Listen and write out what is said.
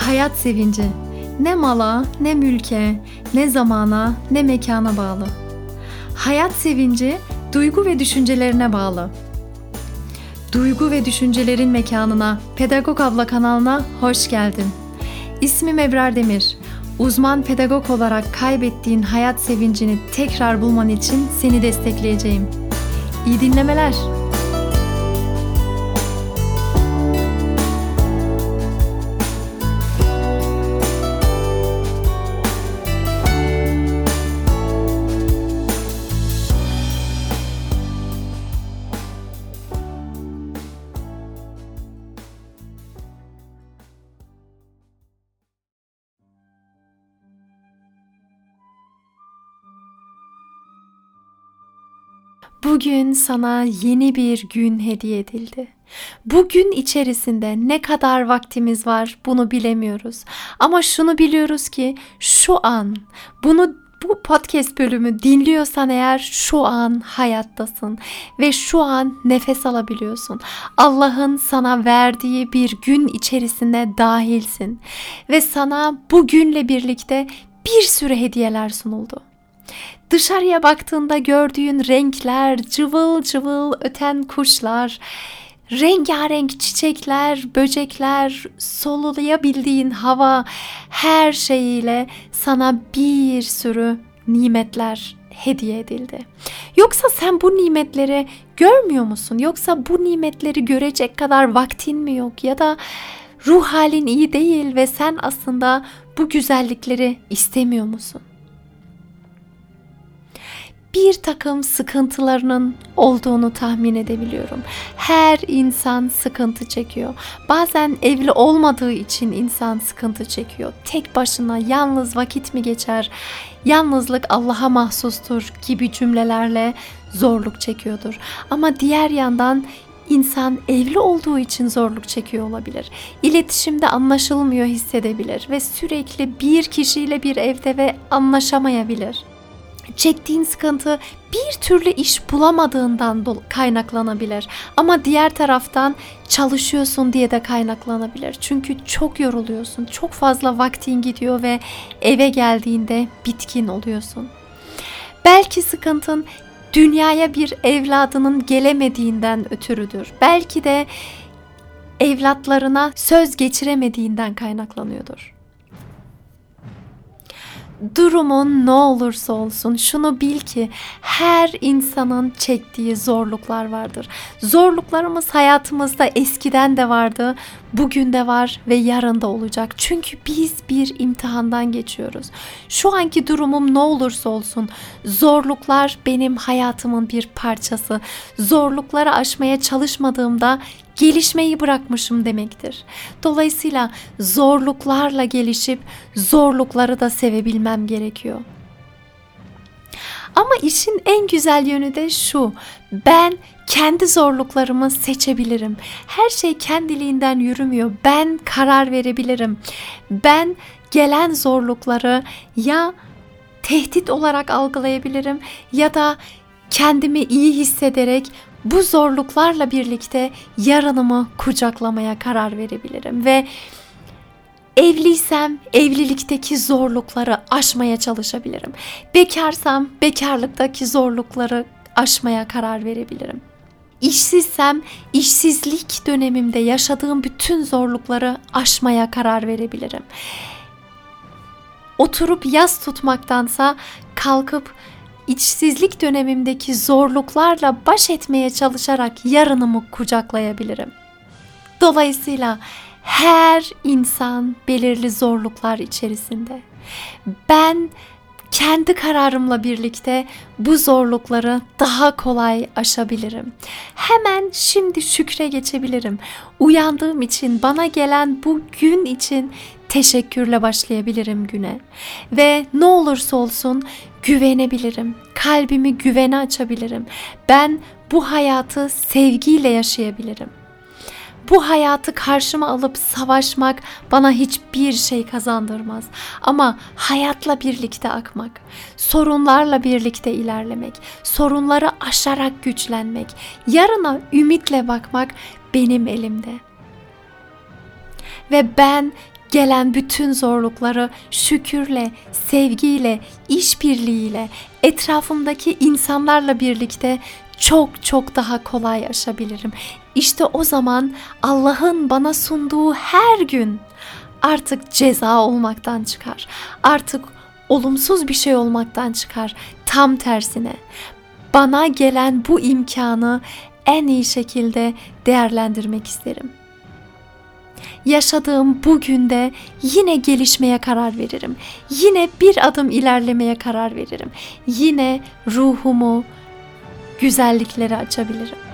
Hayat sevinci ne mala, ne mülke, ne zamana, ne mekana bağlı. Hayat sevinci duygu ve düşüncelerine bağlı. Duygu ve düşüncelerin mekanına, Pedagog Abla kanalına hoş geldin. İsmim Ebrar Demir. Uzman pedagog olarak kaybettiğin hayat sevincini tekrar bulman için seni destekleyeceğim. İyi dinlemeler. Bugün sana yeni bir gün hediye edildi. Bu gün içerisinde ne kadar vaktimiz var bunu bilemiyoruz. Ama şunu biliyoruz ki şu an bu podcast bölümü dinliyorsan eğer şu an hayattasın ve şu an nefes alabiliyorsun. Allah'ın sana verdiği bir gün içerisinde dahilsin ve sana bugünle birlikte bir sürü hediyeler sunuldu. Dışarıya baktığında gördüğün renkler, cıvıl cıvıl öten kuşlar, rengarenk çiçekler, böcekler, soluyabildiğin hava, her şeyiyle sana bir sürü nimetler hediye edildi. Yoksa sen bu nimetleri görmüyor musun? Yoksa bu nimetleri görecek kadar vaktin mi yok? Ya da ruh halin iyi değil ve sen aslında bu güzellikleri istemiyor musun? Bir takım sıkıntılarının olduğunu tahmin edebiliyorum. Her insan sıkıntı çekiyor. Bazen evli olmadığı için insan sıkıntı çekiyor. Tek başına yalnız vakit mi geçer? Yalnızlık Allah'a mahsustur gibi cümlelerle zorluk çekiyordur. Ama diğer yandan İnsan evli olduğu için zorluk çekiyor olabilir. İletişimde anlaşılmıyor hissedebilir ve sürekli bir kişiyle bir evde ve anlaşamayabilir. Çektiğin sıkıntı bir türlü iş bulamadığından kaynaklanabilir. Ama diğer taraftan çalışıyorsun diye de kaynaklanabilir. Çünkü çok yoruluyorsun, çok fazla vaktin gidiyor ve eve geldiğinde bitkin oluyorsun. Belki sıkıntın dünyaya bir evladının gelemediğinden ötürüdür. Belki de evlatlarına söz geçiremediğinden kaynaklanıyordur. Durumun ne olursa olsun şunu bil ki her insanın çektiği zorluklar vardır. Zorluklarımız hayatımızda eskiden de vardı, bugün de var ve yarın da olacak. Çünkü biz bir imtihandan geçiyoruz. Şu anki durumum ne olursa olsun zorluklar benim hayatımın bir parçası. Zorlukları aşmaya çalışmadığımda gelişmeyi bırakmışım demektir. Dolayısıyla zorluklarla gelişip zorlukları da sevebilmem gerekiyor. Ama işin en güzel yönü de şu: ben kendi zorluklarımı seçebilirim. Her şey kendiliğinden yürümüyor. Ben karar verebilirim. Ben gelen zorlukları ya tehdit olarak algılayabilirim ya da kendimi iyi hissederek bu zorluklarla birlikte yarınımı kucaklamaya karar verebilirim ve evliysem evlilikteki zorlukları aşmaya çalışabilirim. Bekarsam bekarlıktaki zorlukları aşmaya karar verebilirim. İşsizsem işsizlik dönemimde yaşadığım bütün zorlukları aşmaya karar verebilirim. Oturup yas tutmaktansa kalkıp İşsizlik dönemimdeki zorluklarla baş etmeye çalışarak yarınımı kucaklayabilirim. Dolayısıyla her insan belirli zorluklar içerisinde. Ben kendi kararımla birlikte bu zorlukları daha kolay aşabilirim. Hemen şimdi şükre geçebilirim. Uyandığım için, bana gelen bu gün için teşekkürle başlayabilirim güne. Ve ne olursa olsun güvenebilirim. Kalbimi güvene açabilirim. Ben bu hayatı sevgiyle yaşayabilirim. Bu hayatı karşıma alıp savaşmak bana hiçbir şey kazandırmaz. Ama hayatla birlikte akmak, sorunlarla birlikte ilerlemek, sorunları aşarak güçlenmek, yarına ümitle bakmak benim elimde. Ve ben Gelen bütün zorlukları şükürle, sevgiyle, işbirliğiyle, etrafımdaki insanlarla birlikte çok çok daha kolay aşabilirim. İşte o zaman Allah'ın bana sunduğu her gün artık ceza olmaktan çıkar. Artık olumsuz bir şey olmaktan çıkar. Tam tersine bana gelen bu imkanı en iyi şekilde değerlendirmek isterim. Yaşadığım bu günde yine gelişmeye karar veririm. Yine bir adım ilerlemeye karar veririm. Yine ruhumu güzelliklere açabilirim.